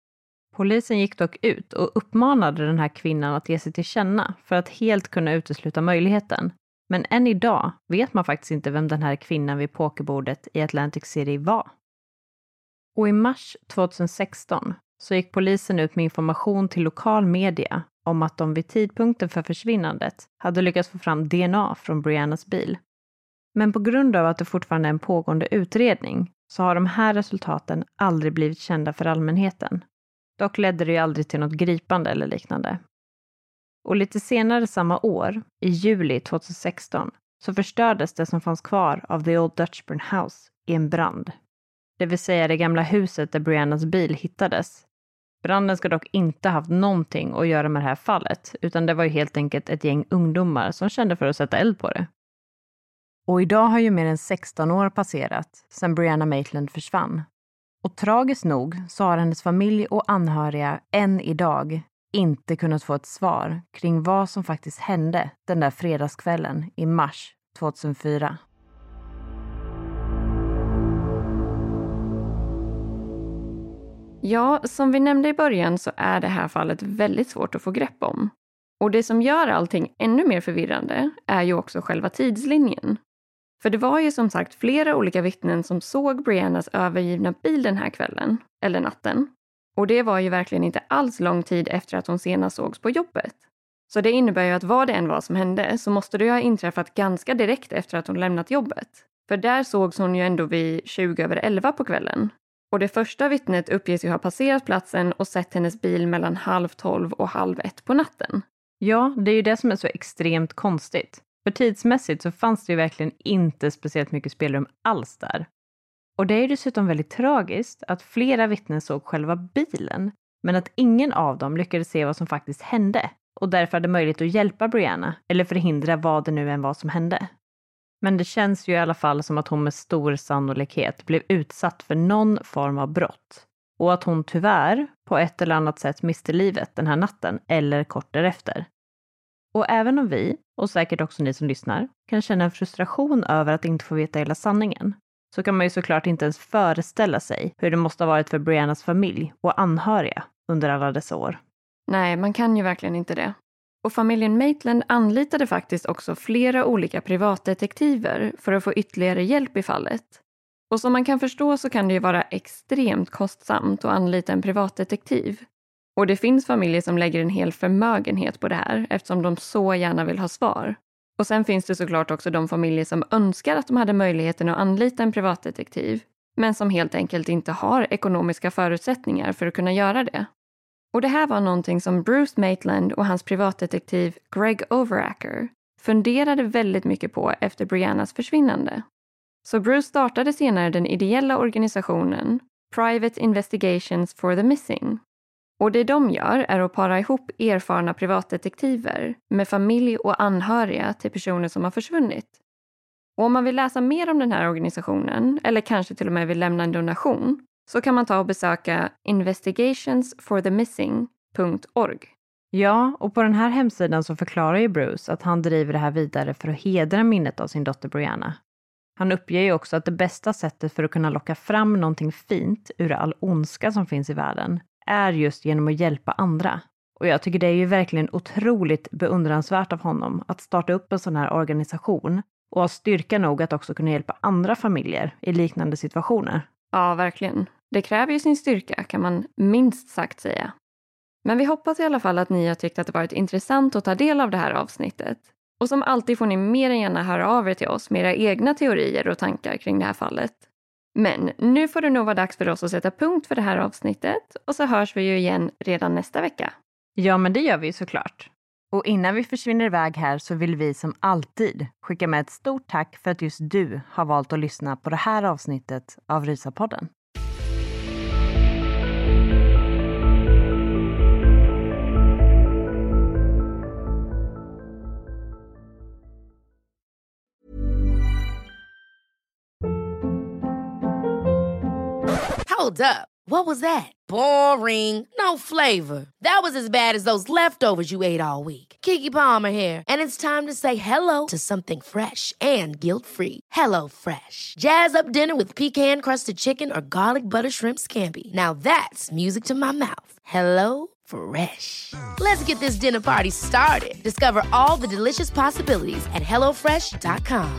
Polisen gick dock ut och uppmanade den här kvinnan att ge sig till känna för att helt kunna utesluta möjligheten. Men än idag vet man faktiskt inte vem den här kvinnan vid pokerbordet i Atlantic City var. Och i mars 2016 så gick polisen ut med information till lokal media om att de vid tidpunkten för försvinnandet hade lyckats få fram DNA från Briannas bil. Men på grund av att det fortfarande är en pågående utredning så har de här resultaten aldrig blivit kända för allmänheten. Dock ledde det ju aldrig till något gripande eller liknande. Och lite senare samma år, i juli 2016, så förstördes det som fanns kvar av The Old Dutchburn House i en brand. Det vill säga det gamla huset där Briannas bil hittades. Branden ska dock inte haft någonting att göra med det här fallet, utan det var ju helt enkelt ett gäng ungdomar som kände för att sätta eld på det. Och idag har ju mer än 16 år passerat sedan Brianna Maitland försvann. Och tragiskt nog så har hennes familj och anhöriga än idag inte kunnat få ett svar kring vad som faktiskt hände den där fredagskvällen i mars 2004. Ja, som vi nämnde i början så är det här fallet väldigt svårt att få grepp om. Och det som gör allting ännu mer förvirrande är ju också själva tidslinjen. För det var ju som sagt flera olika vittnen som såg Briannas övergivna bil den här kvällen, eller natten. Och det var ju verkligen inte alls lång tid efter att hon senast sågs på jobbet. Så det innebär ju att vad det än var som hände så måste det ju ha inträffat ganska direkt efter att hon lämnat jobbet. För där sågs hon ju ändå vid 11:20 på kvällen. Och det första vittnet uppges ju ha passerat platsen och sett hennes bil mellan 11:30 och 12:30 på natten. Ja, det är ju det som är så extremt konstigt. För tidsmässigt så fanns det ju verkligen inte speciellt mycket spelrum alls där. Och det är ju dessutom väldigt tragiskt att flera vittnen såg själva bilen, men att ingen av dem lyckades se vad som faktiskt hände och därför hade möjlighet att hjälpa Brianna eller förhindra vad det nu än var som hände. Men det känns ju i alla fall som att hon med stor sannolikhet blev utsatt för någon form av brott och att hon tyvärr på ett eller annat sätt miste livet den här natten eller kort därefter. Och även om vi, och säkert också ni som lyssnar, kan känna en frustration över att inte få veta hela sanningen, så kan man ju såklart inte ens föreställa sig hur det måste ha varit för Briannas familj och anhöriga under alla dessa år. Nej, man kan ju verkligen inte det. Och familjen Maitland anlitade faktiskt också flera olika privatdetektiver för att få ytterligare hjälp i fallet. Och som man kan förstå så kan det ju vara extremt kostsamt att anlita en privatdetektiv. Och det finns familjer som lägger en hel förmögenhet på det här eftersom de så gärna vill ha svar. Och sen finns det såklart också de familjer som önskar att de hade möjligheten att anlita en privatdetektiv, men som helt enkelt inte har ekonomiska förutsättningar för att kunna göra det. Och det här var någonting som Bruce Maitland och hans privatdetektiv Greg Overacker funderade väldigt mycket på efter Briannas försvinnande. Så Bruce startade senare den ideella organisationen Private Investigations for the Missing. Och det de gör är att para ihop erfarna privatdetektiver med familj och anhöriga till personer som har försvunnit. Och om man vill läsa mer om den här organisationen, eller kanske till och med vill lämna en donation, så kan man ta och besöka investigationsforthemissing.org. Ja, och på den här hemsidan så förklarar ju Bruce att han driver det här vidare för att hedra minnet av sin dotter Brianna. Han uppger ju också att det bästa sättet för att kunna locka fram någonting fint ur all ondska som finns i världen är just genom att hjälpa andra. Och jag tycker det är ju verkligen otroligt beundransvärt av honom att starta upp en sån här organisation och ha styrka nog att också kunna hjälpa andra familjer i liknande situationer. Ja, verkligen. Det kräver ju sin styrka, kan man minst sagt säga. Men vi hoppas i alla fall att ni har tyckt att det varit intressant att ta del av det här avsnittet. Och som alltid får ni mer än gärna höra av er till oss med era egna teorier och tankar kring det här fallet. Men nu får det nog vara dags för oss att sätta punkt för det här avsnittet och så hörs vi ju igen redan nästa vecka. Ja, men det gör vi såklart. Och innan vi försvinner iväg här så vill vi som alltid skicka med ett stort tack för att just du har valt att lyssna på det här avsnittet av Rysapodden. Hold up. What was that? Boring. No flavor. That was as bad as those leftovers you ate all week. Keke Palmer here, and it's time to say hello to something fresh and guilt-free. Hello Fresh. Jazz up dinner with pecan-crusted chicken or garlic butter shrimp scampi. Now that's music to my mouth. Hello Fresh. Let's get this dinner party started. Discover all the delicious possibilities at hellofresh.com.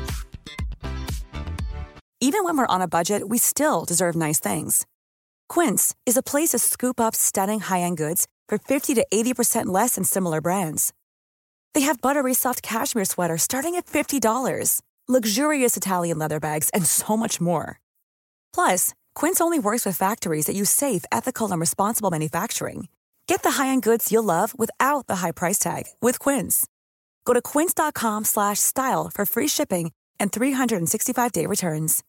Even when we're on a budget, we still deserve nice things. Quince is a place to scoop up stunning high-end goods for 50 to 80% less than similar brands. They have buttery soft cashmere sweaters starting at $50, luxurious Italian leather bags, and so much more. Plus, Quince only works with factories that use safe, ethical, and responsible manufacturing. Get the high-end goods you'll love without the high price tag with Quince. Go to quince.com/style for free shipping and 365-day returns.